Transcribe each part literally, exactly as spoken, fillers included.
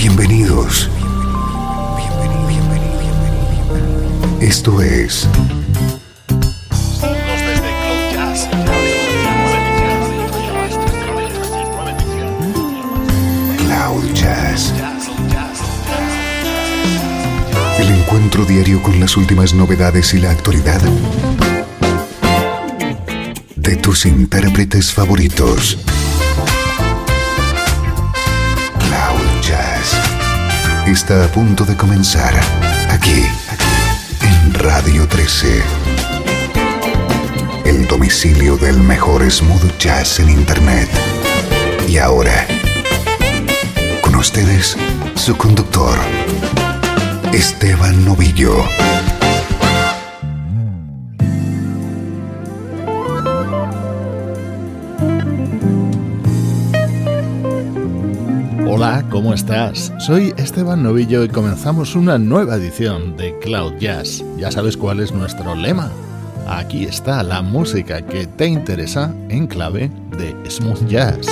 Bienvenidos. Esto es Saludos desde Cloud Jazz. Cloud Jazz. El encuentro diario con las últimas novedades y la actualidad de tus intérpretes favoritos. Cloud Jazz está a punto de comenzar aquí, en Radio trece. El domicilio del mejor smooth jazz en internet. Y ahora, con ustedes, su conductor, Esteban Novillo. Hola, ¿cómo estás? Soy Esteban Novillo y comenzamos una nueva edición de Cloud Jazz. Ya sabes cuál es nuestro lema. Aquí está la música que te interesa en clave de smooth jazz.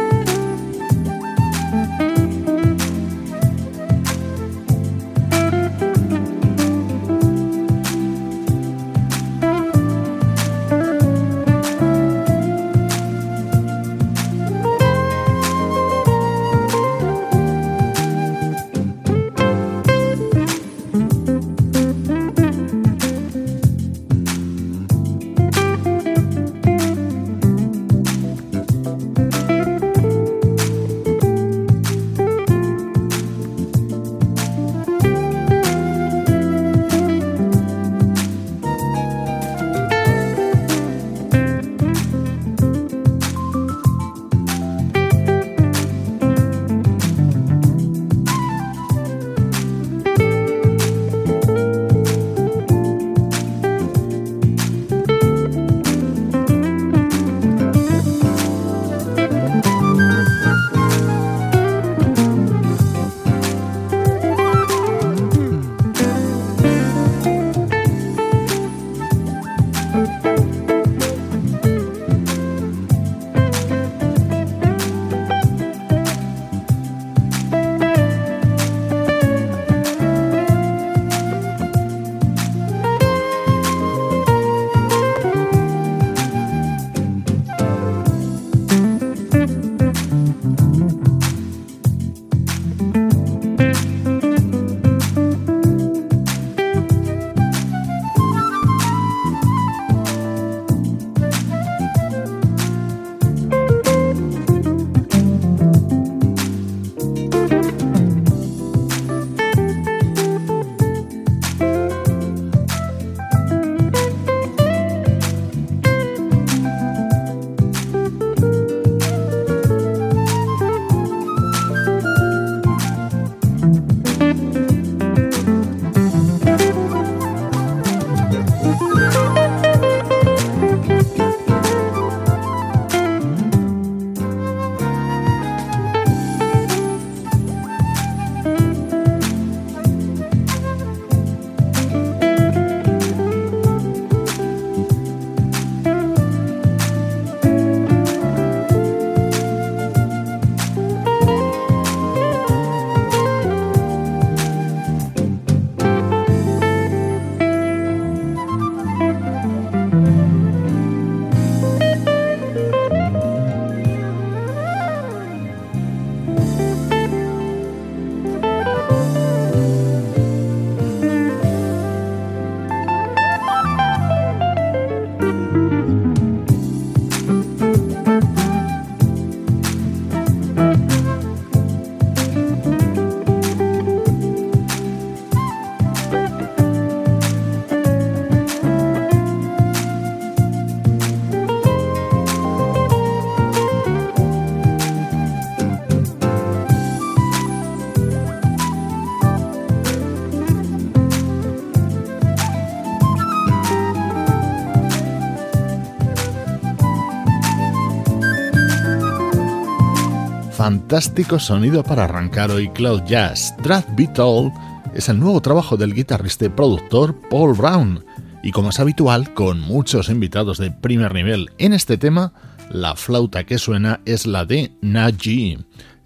Fantástico sonido para arrancar hoy Cloud Jazz. Truth Be Told es el nuevo trabajo del guitarrista y productor Paul Brown, y como es habitual, con muchos invitados de primer nivel. En este tema, la flauta que suena es la de Naji.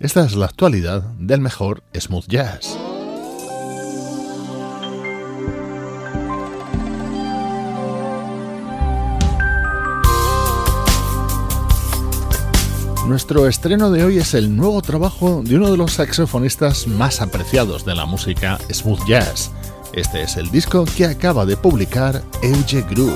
Esta es la actualidad del mejor smooth jazz. Nuestro estreno de hoy es el nuevo trabajo de uno de los saxofonistas más apreciados de la música smooth jazz. Este es el disco que acaba de publicar Euge Groove.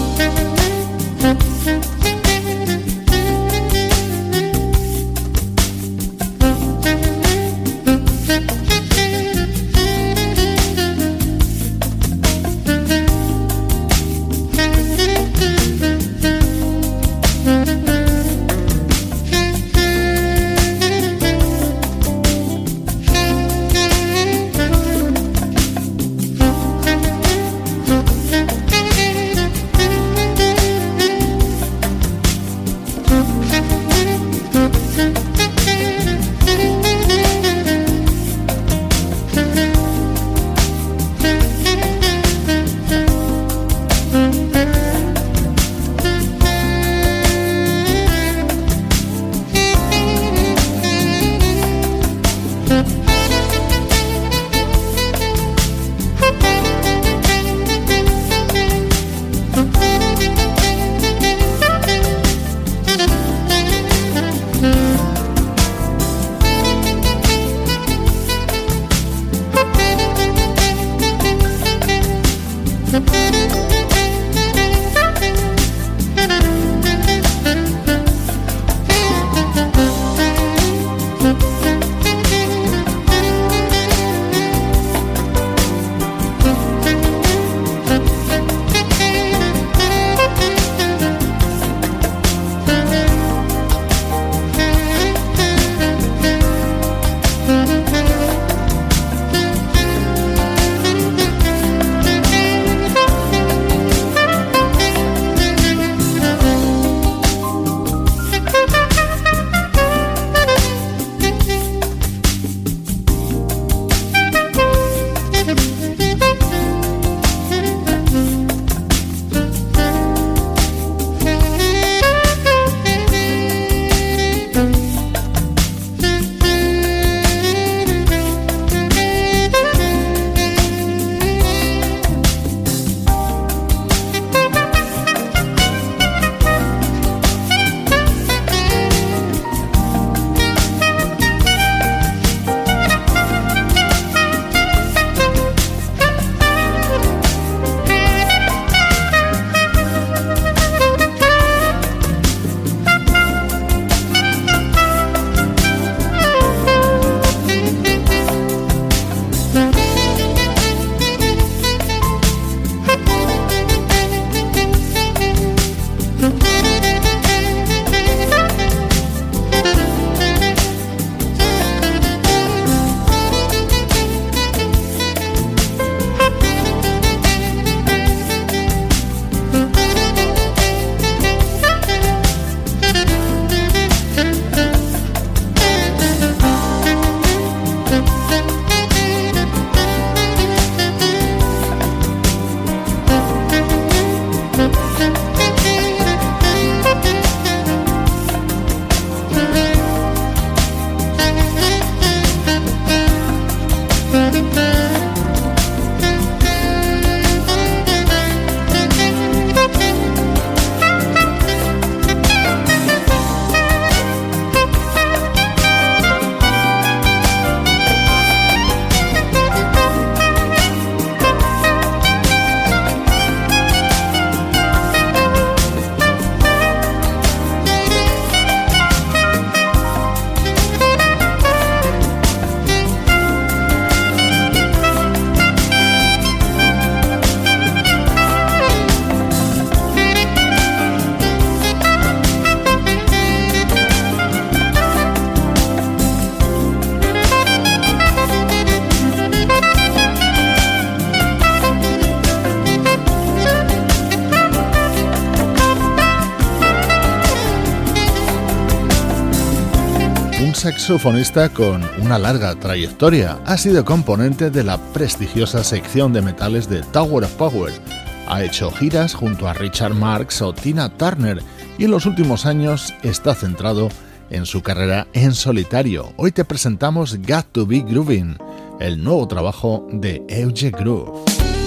saxofonista con una larga trayectoria. Ha sido componente de la prestigiosa sección de metales de Tower of Power. Ha hecho giras junto a Richard Marx o Tina Turner y en los últimos años está centrado en su carrera en solitario. Hoy te presentamos Got to Be Groovin', el nuevo trabajo de Eugene Groove.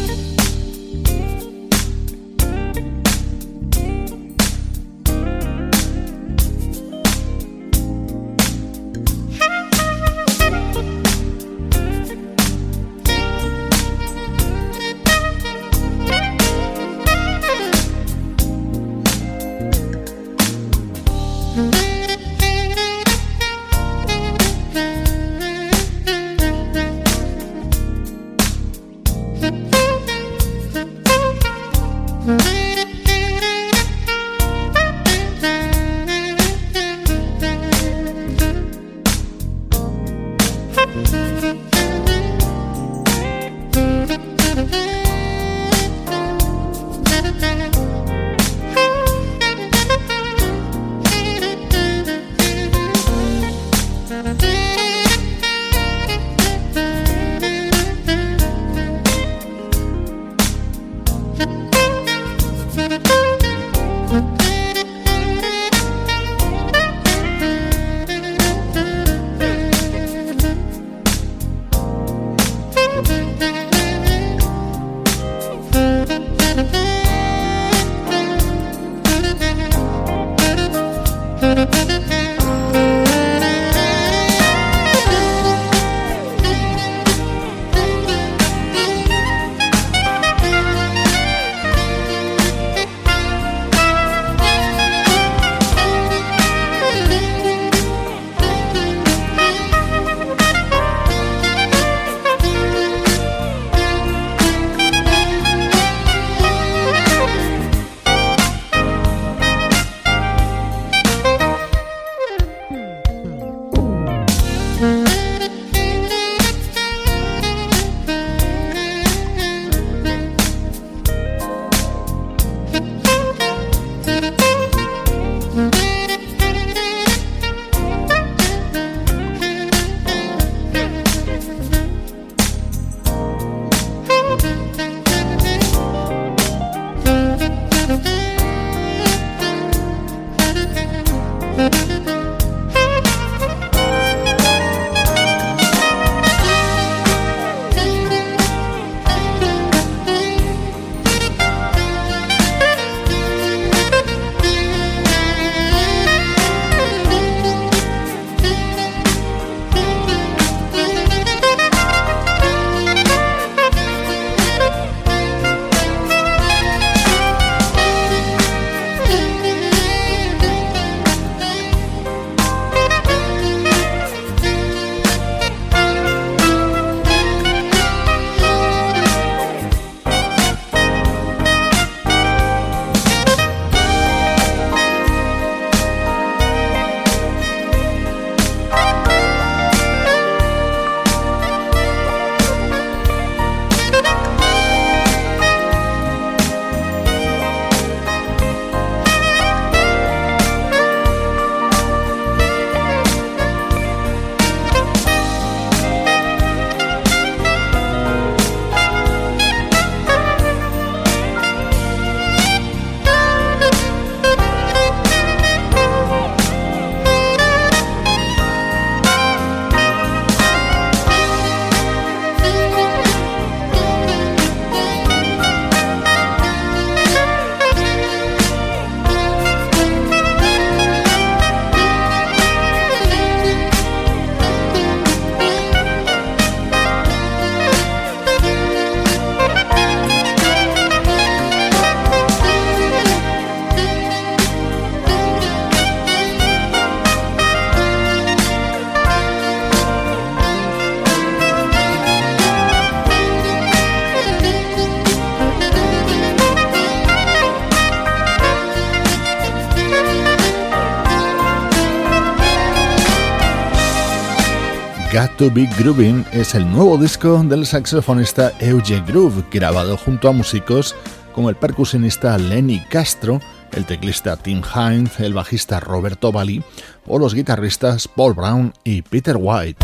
Got to Be Groovin' es el nuevo disco del saxofonista Eugene Groove, grabado junto a músicos como el percusionista Lenny Castro, el teclista Tim Hines, el bajista Roberto Valli o los guitarristas Paul Brown y Peter White.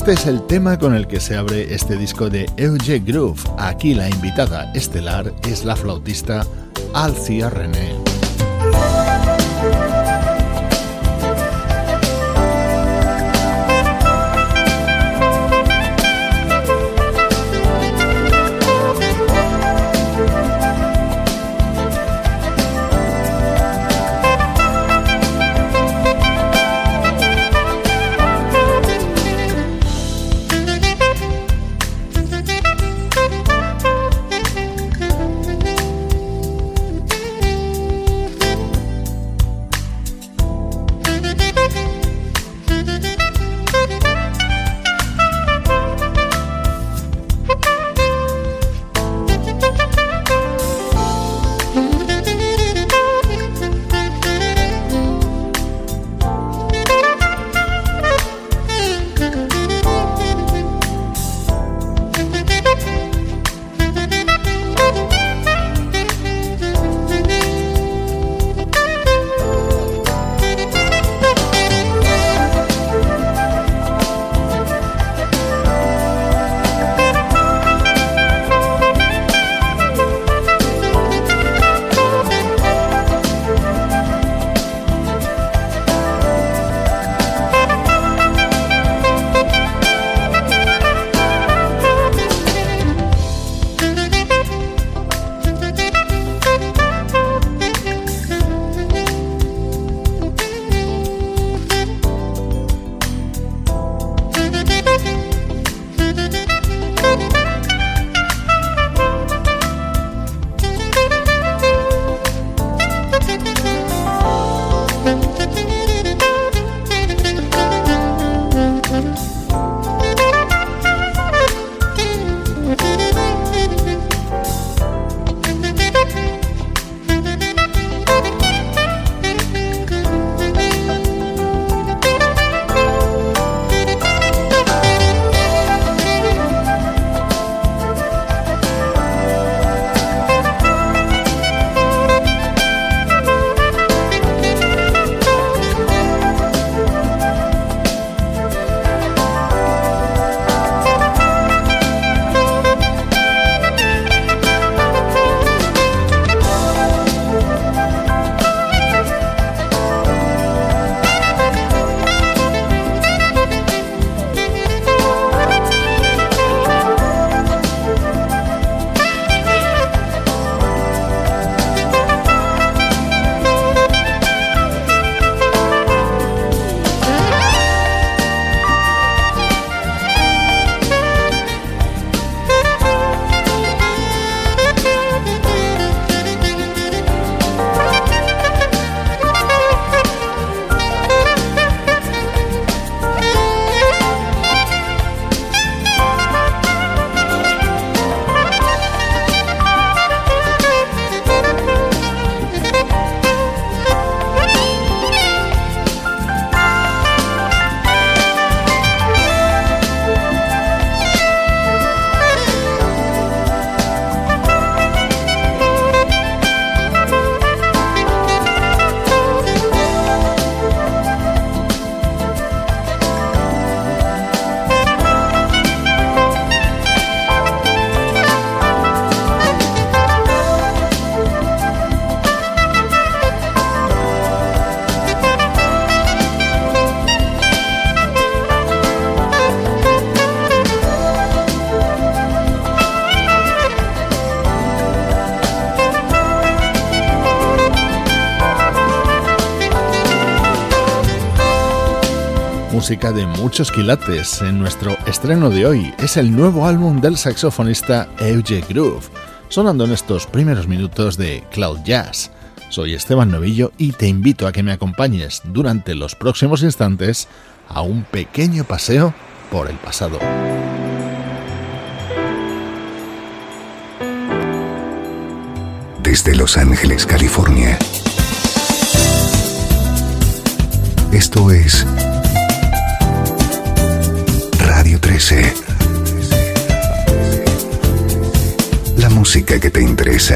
Este es el tema con el que se abre este disco de Euge Groove. Aquí la invitada estelar es la flautista Alcia René. música de muchos quilates. En nuestro estreno de hoy es el nuevo álbum del saxofonista Euge Groove, sonando en estos primeros minutos de Cloud Jazz. Soy Esteban Novillo y te invito a que me acompañes durante los próximos instantes a un pequeño paseo por el pasado. Desde Los Ángeles, California. Esto es Radio trece. La música que te interesa.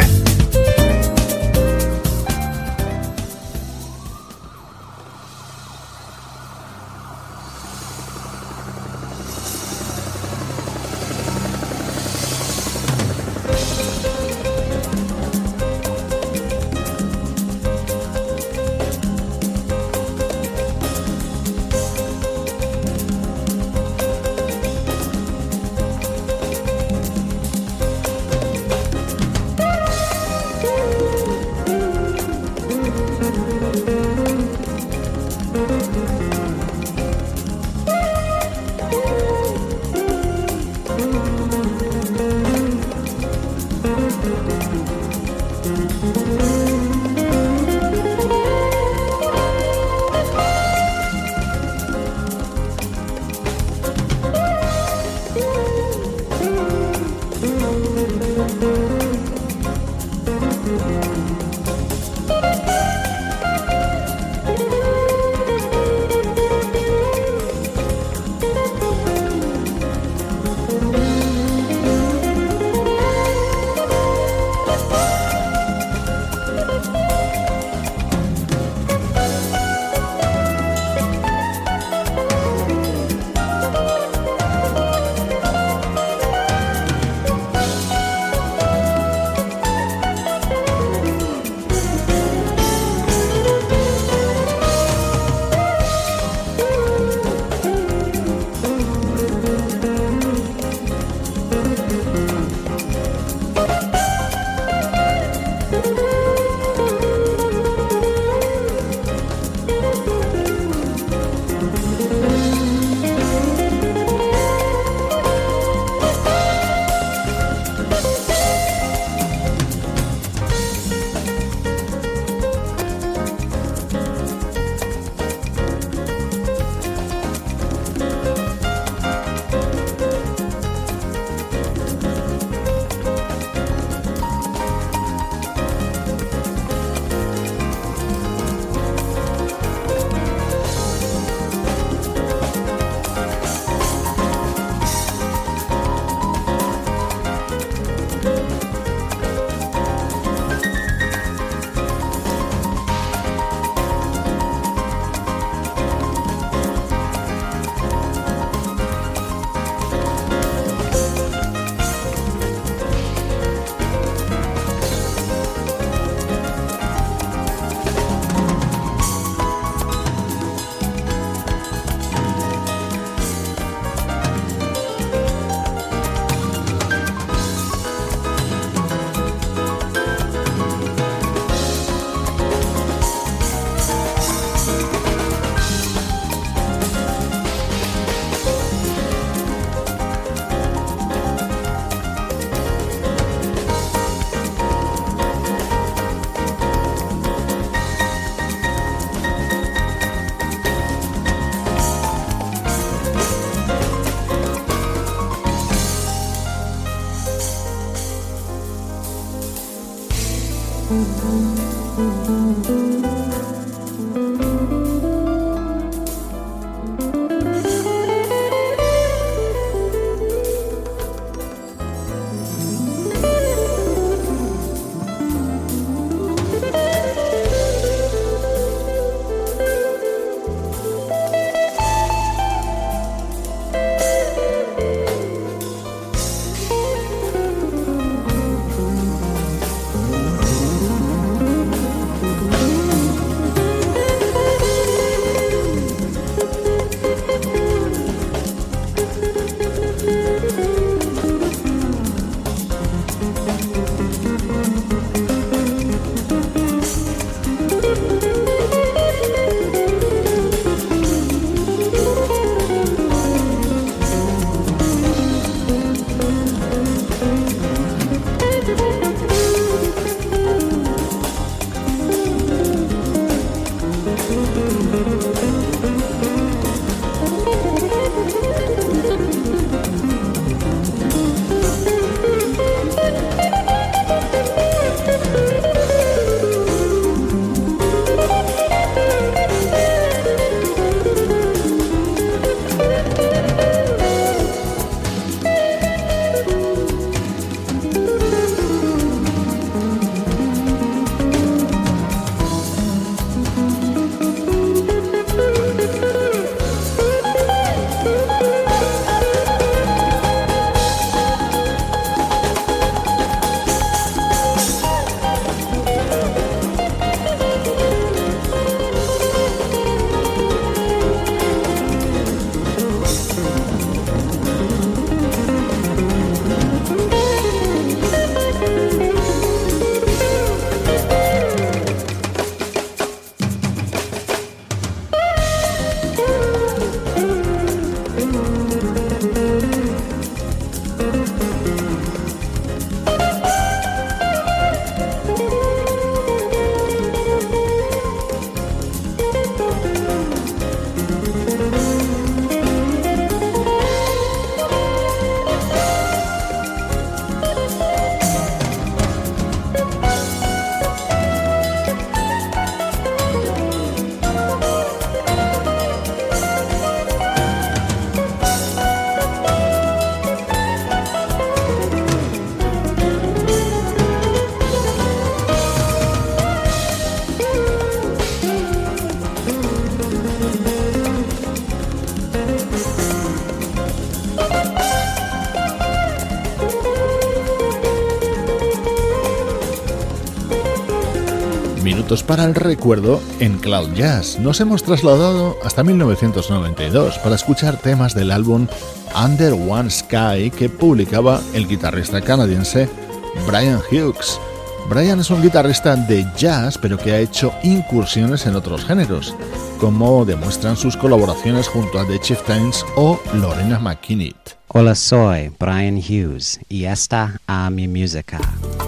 Minutos para el recuerdo en Cloud Jazz. Nos hemos trasladado hasta mil novecientos noventa y dos para escuchar temas del álbum Under One Sky que publicaba el guitarrista canadiense Brian Hughes. Brian es un guitarrista de jazz, pero que ha hecho incursiones en otros géneros, como demuestran sus colaboraciones junto a The Chieftains o Lorena McKinnitt. Hola, soy Brian Hughes y esta es mi música.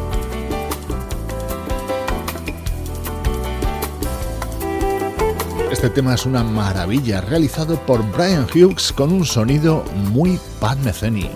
Este tema es una maravilla, realizado por Brian Hughes con un sonido muy Pat Metheny.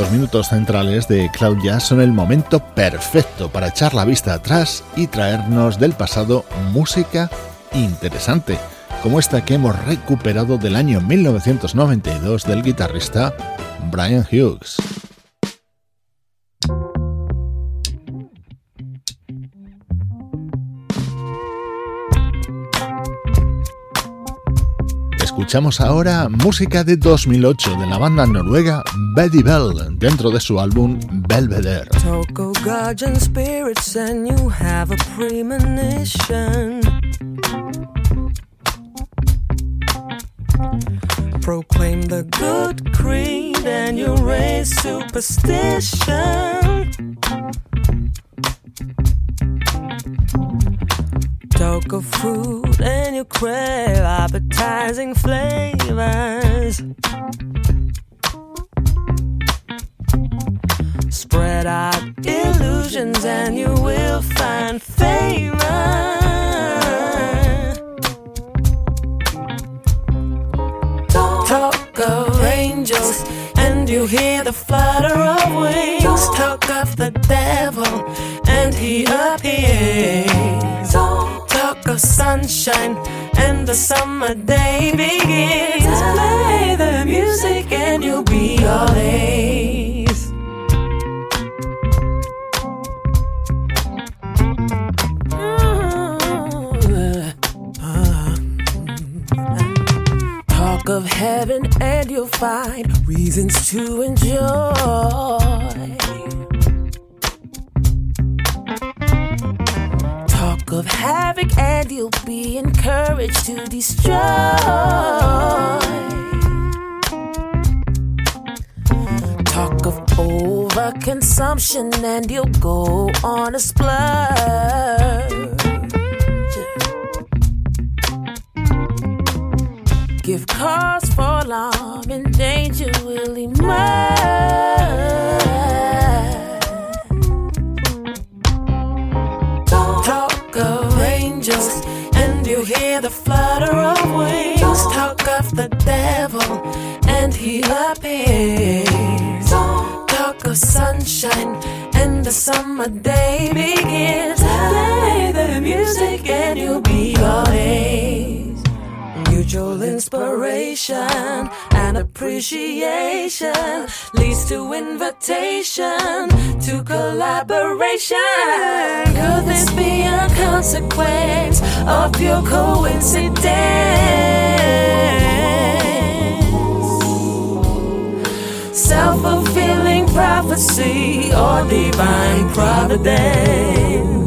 Estos minutos centrales de Cloud Jazz son el momento perfecto para echar la vista atrás y traernos del pasado música interesante, como esta que hemos recuperado del año mil novecientos noventa y dos del guitarrista Brian Hughes. Escuchamos ahora música de dos mil ocho de la banda noruega Betty Bell dentro de su álbum Belvedere. Talk of guardian spirits and you have a premonition. Proclaim the good creed and you raise superstition. Talk of food and you crave appetizing flavors. Spread out illusions and you will find favor. Talk of angels and you hear the flutter of wings. Talk of the devil and he appears. Talk of sunshine and the summer day begins. Play the music and you'll be all A's. Talk of heaven and you'll find reasons to enjoy. Talk of havoc and you'll be encouraged to destroy. Talk of overconsumption and you'll go on a splurge. Give cause for alarm and danger will emerge. Talk of angels and you hear the flutter of wings. Talk of the devil and he appears. Talk of sunshine and the summer day begins. Play the music and you'll be all A's. Mutual inspiration and appreciation leads to invitation to collaboration. Could this be a consequence of pure coincidence? Self-fulfilling prophecy or divine providence?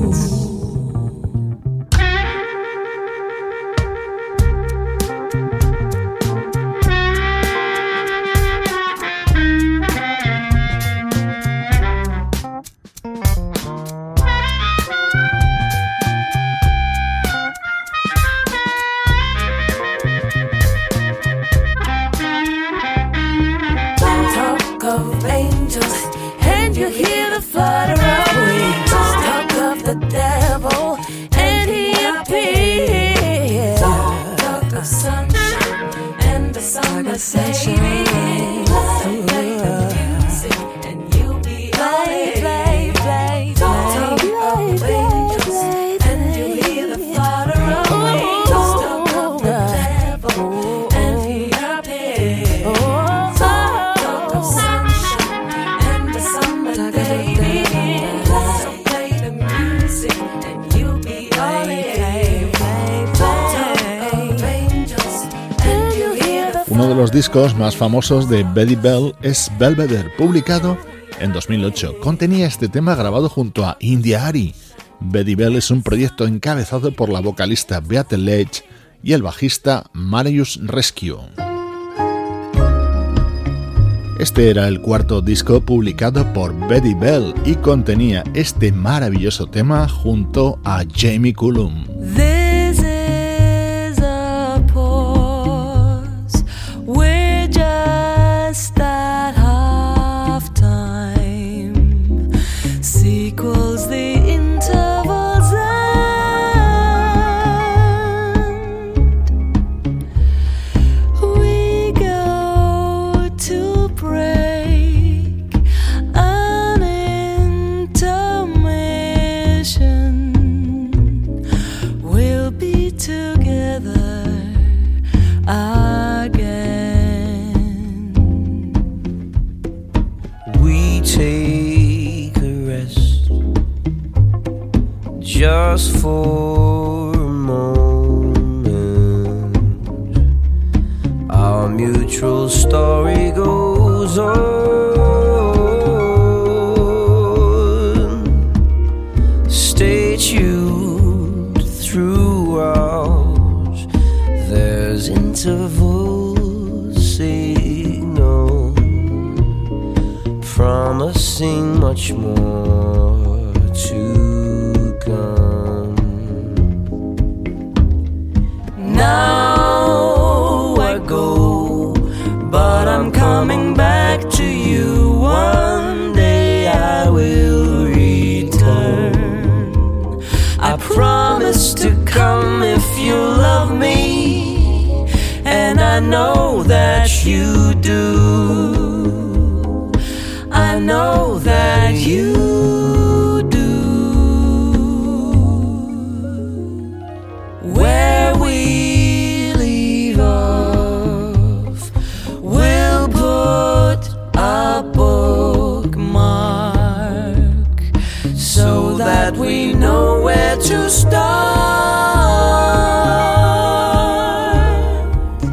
Uno de los discos más famosos de Betty Bell es Belvedere, publicado en dos mil ocho. Contenía este tema grabado junto a India Arie. Betty Bell es un proyecto encabezado por la vocalista Beate Ledge y el bajista Marius Rescue. Este era el cuarto disco publicado por Betty Bell y contenía este maravilloso tema junto a Jamie Cullum. This is a pause. We're just at half time. Sequels the intervals end. We go to break the story goes on. Stay tuned throughout. There's interval signal promising much more to come. Now I go, but I'm coming back to you. One day I will return. I promise to come if you love me, and I know that you do. I know that you do. Where we leave off, we'll put a bookmark so that we know where to start.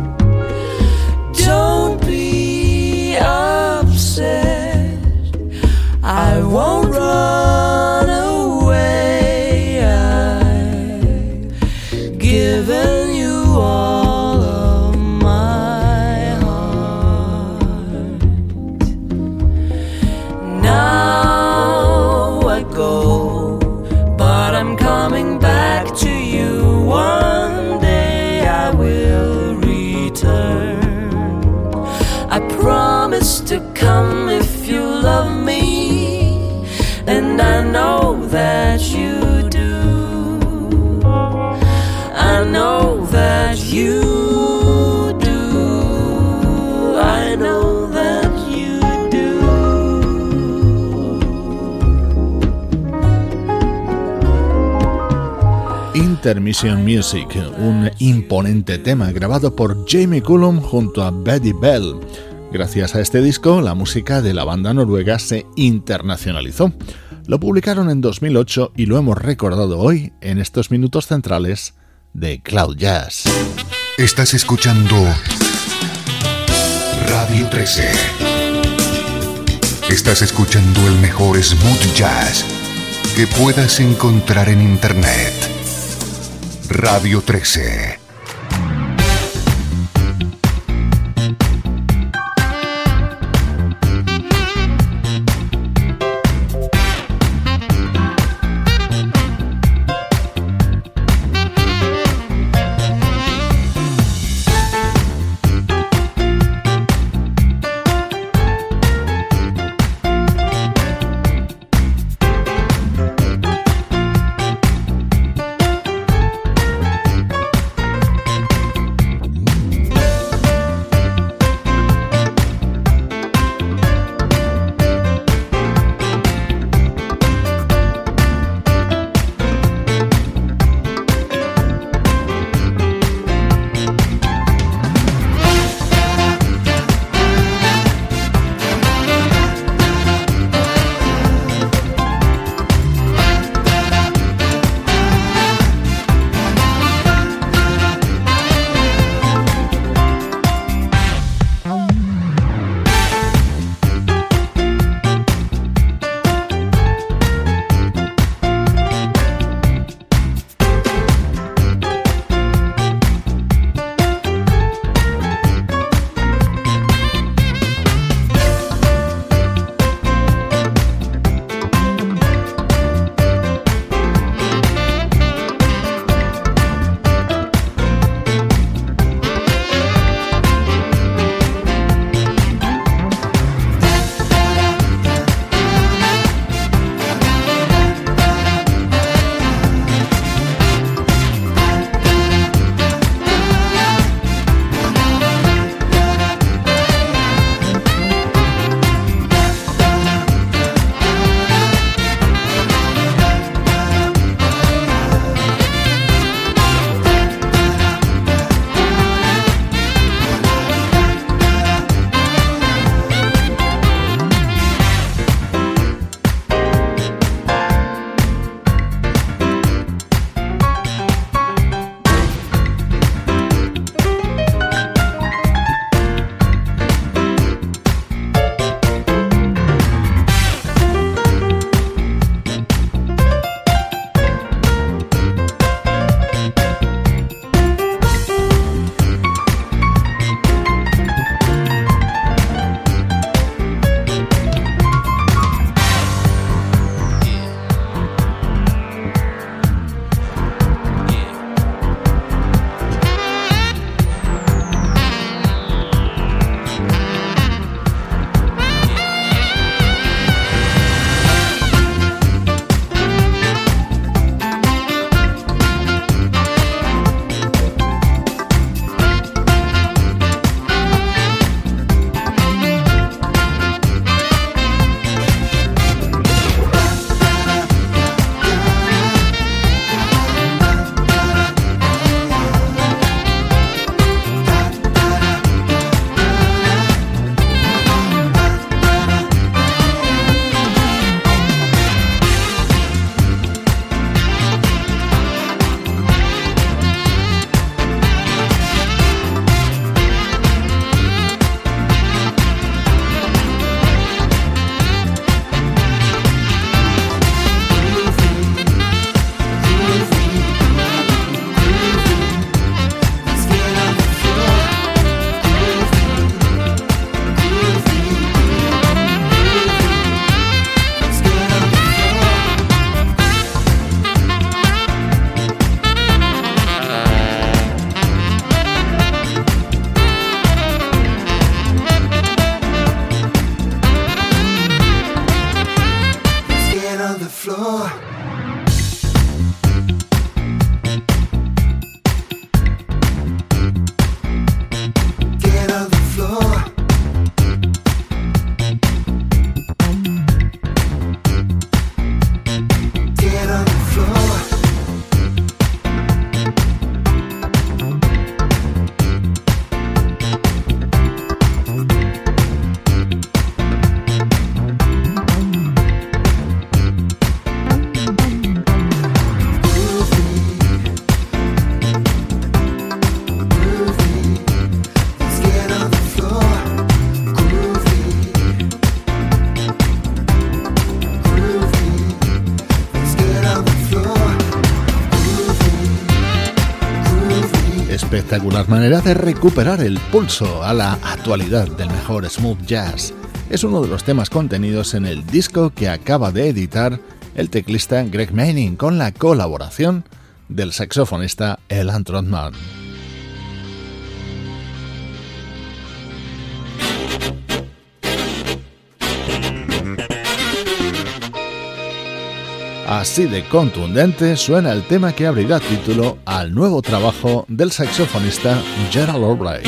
Don't be upset, I won't run away. I've given you all of my heart. Now I go, but I'm coming back to you. One day I will return. I promise to come if you love me, and I know that you do. I know that you do. I know that you do. Intermission Music, un imponente tema grabado por Jamie Cullum junto a Betty Bell. Gracias a este disco, la música de la banda noruega se internacionalizó. Lo publicaron en dos mil ocho y lo hemos recordado hoy en estos minutos centrales de Cloud Jazz. Estás escuchando Radio trece. Estás escuchando el mejor smooth jazz que puedas encontrar en Internet. Radio trece. espectacular manera de recuperar el pulso a la actualidad del mejor smooth jazz. Es uno de los temas contenidos en el disco que acaba de editar el teclista Greg Manning con la colaboración del saxofonista Alan Trotman. Así de contundente suena el tema que abrirá título al nuevo trabajo del saxofonista Gerald Albright.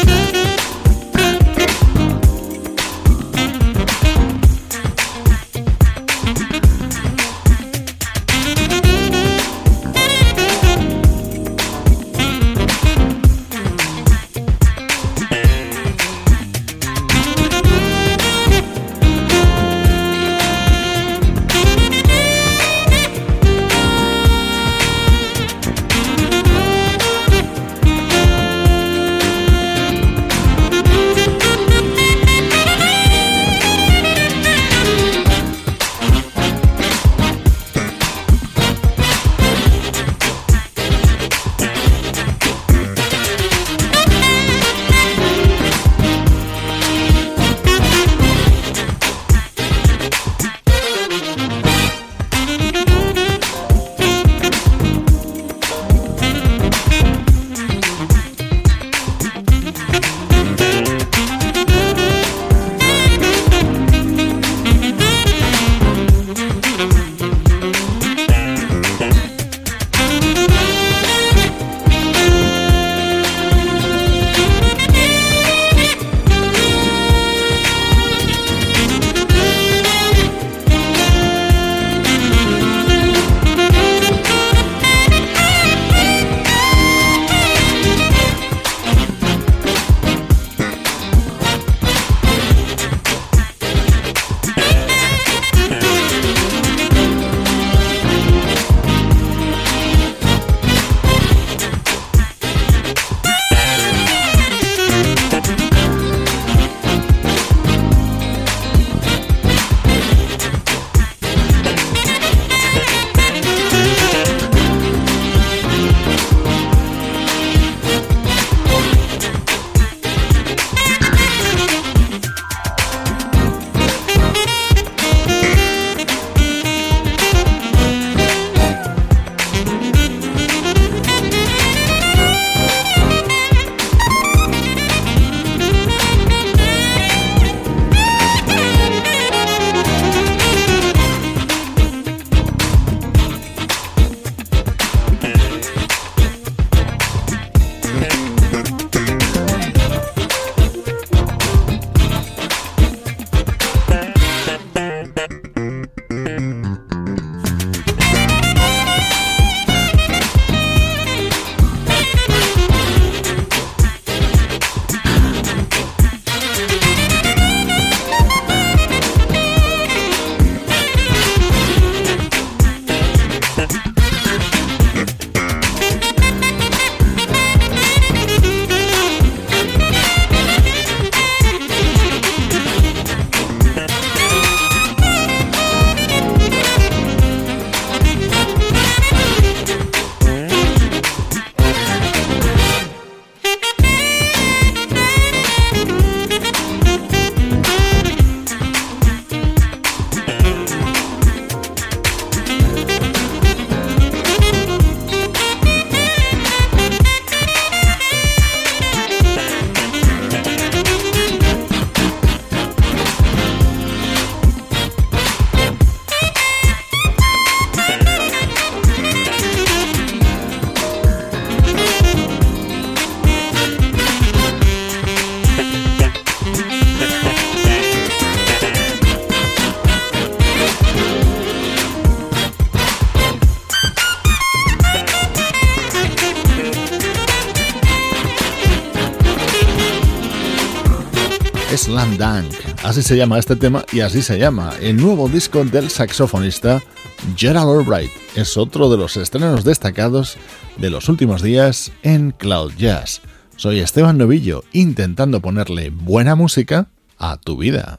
Slam Dunk, así se llama este tema y así se llama el nuevo disco del saxofonista Gerald Albright. Es otro de los estrenos destacados de los últimos días en Cloud Jazz. Soy Esteban Novillo, intentando ponerle buena música a tu vida.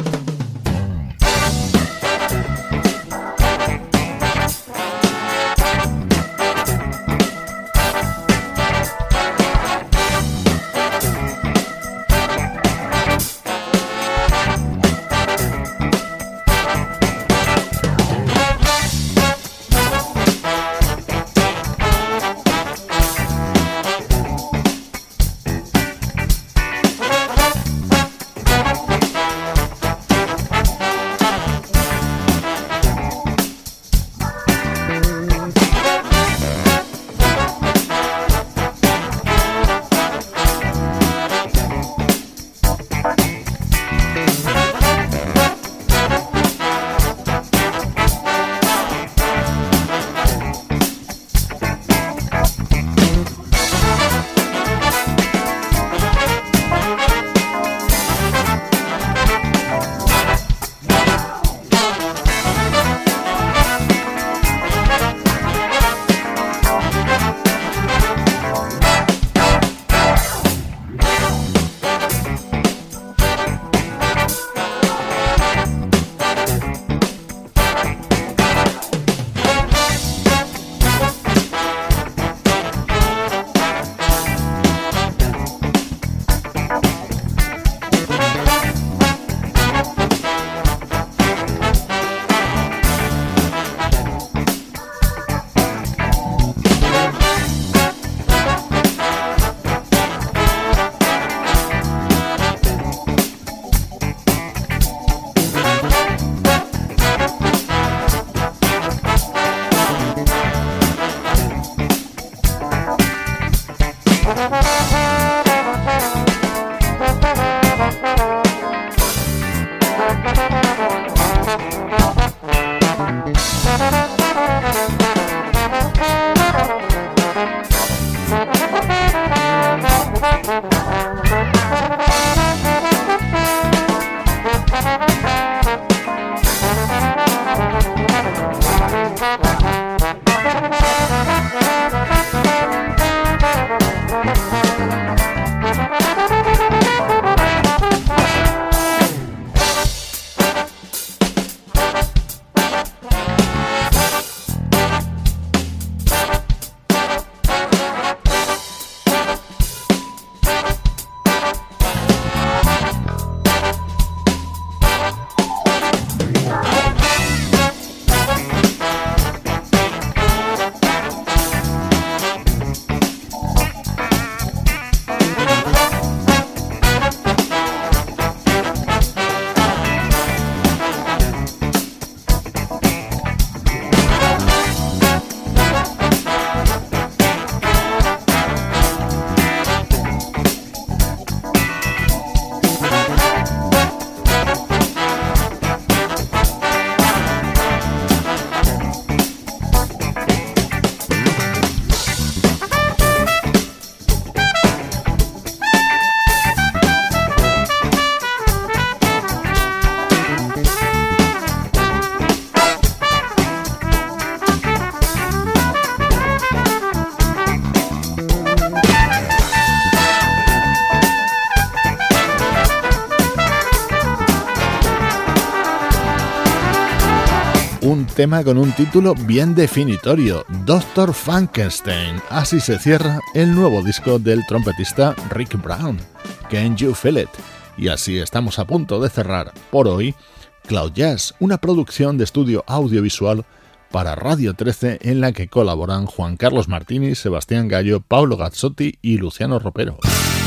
Un tema con un título bien definitorio, doctor Frankenstein. Así se cierra el nuevo disco del trompetista Rick Brown, Can You Feel It? Y así estamos a punto de cerrar por hoy Cloud Jazz, una producción de estudio audiovisual para Radio trece en la que colaboran Juan Carlos Martini, Sebastián Gallo, Paolo Gazzotti y Luciano Ropero.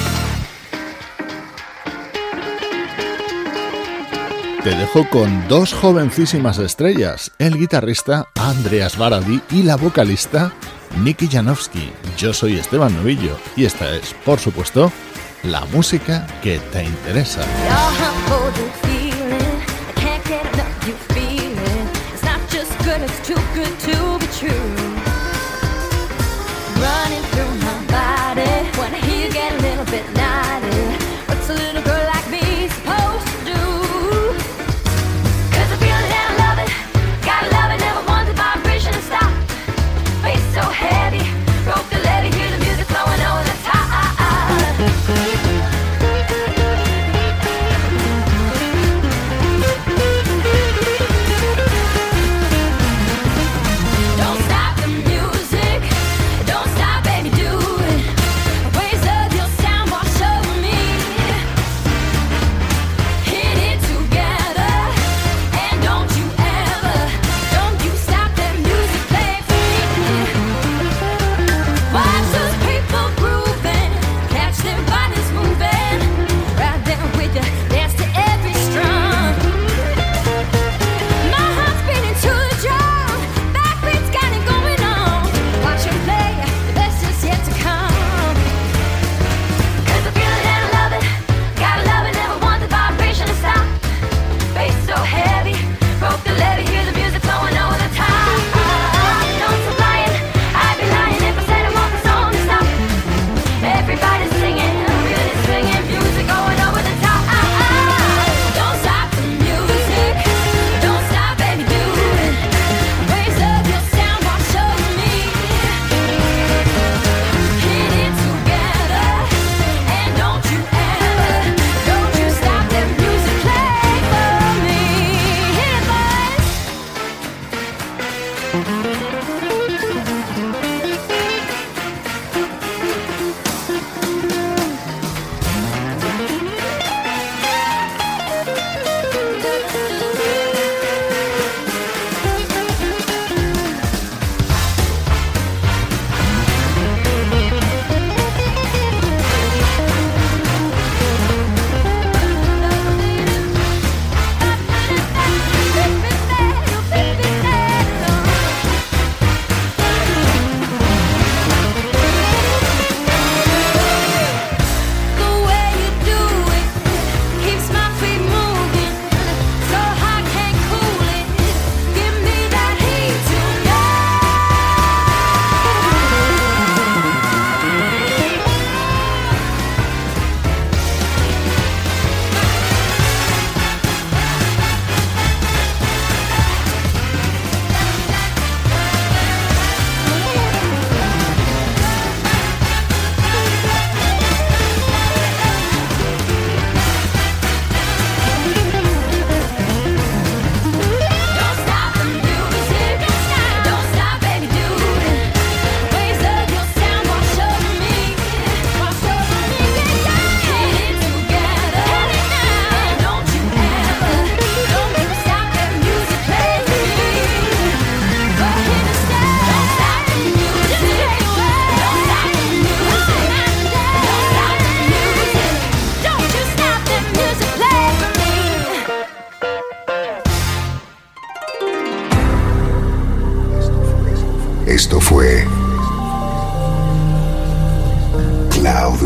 Te dejo con dos jovencísimas estrellas, el guitarrista Andreas Baradi y la vocalista Nikki Janowski. Yo soy Esteban Novillo y esta es, por supuesto, la música que te interesa. Don't stop.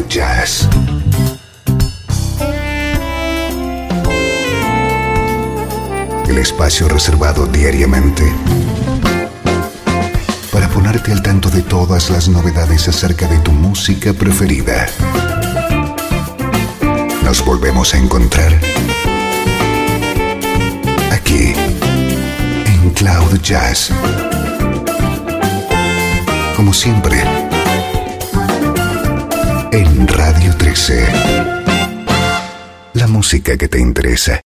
Cloud Jazz. El espacio reservado diariamente para ponerte al tanto de todas las novedades acerca de tu música preferida. Nos volvemos a encontrar aquí en Cloud Jazz. Como siempre, en Radio trece. La música que te interesa.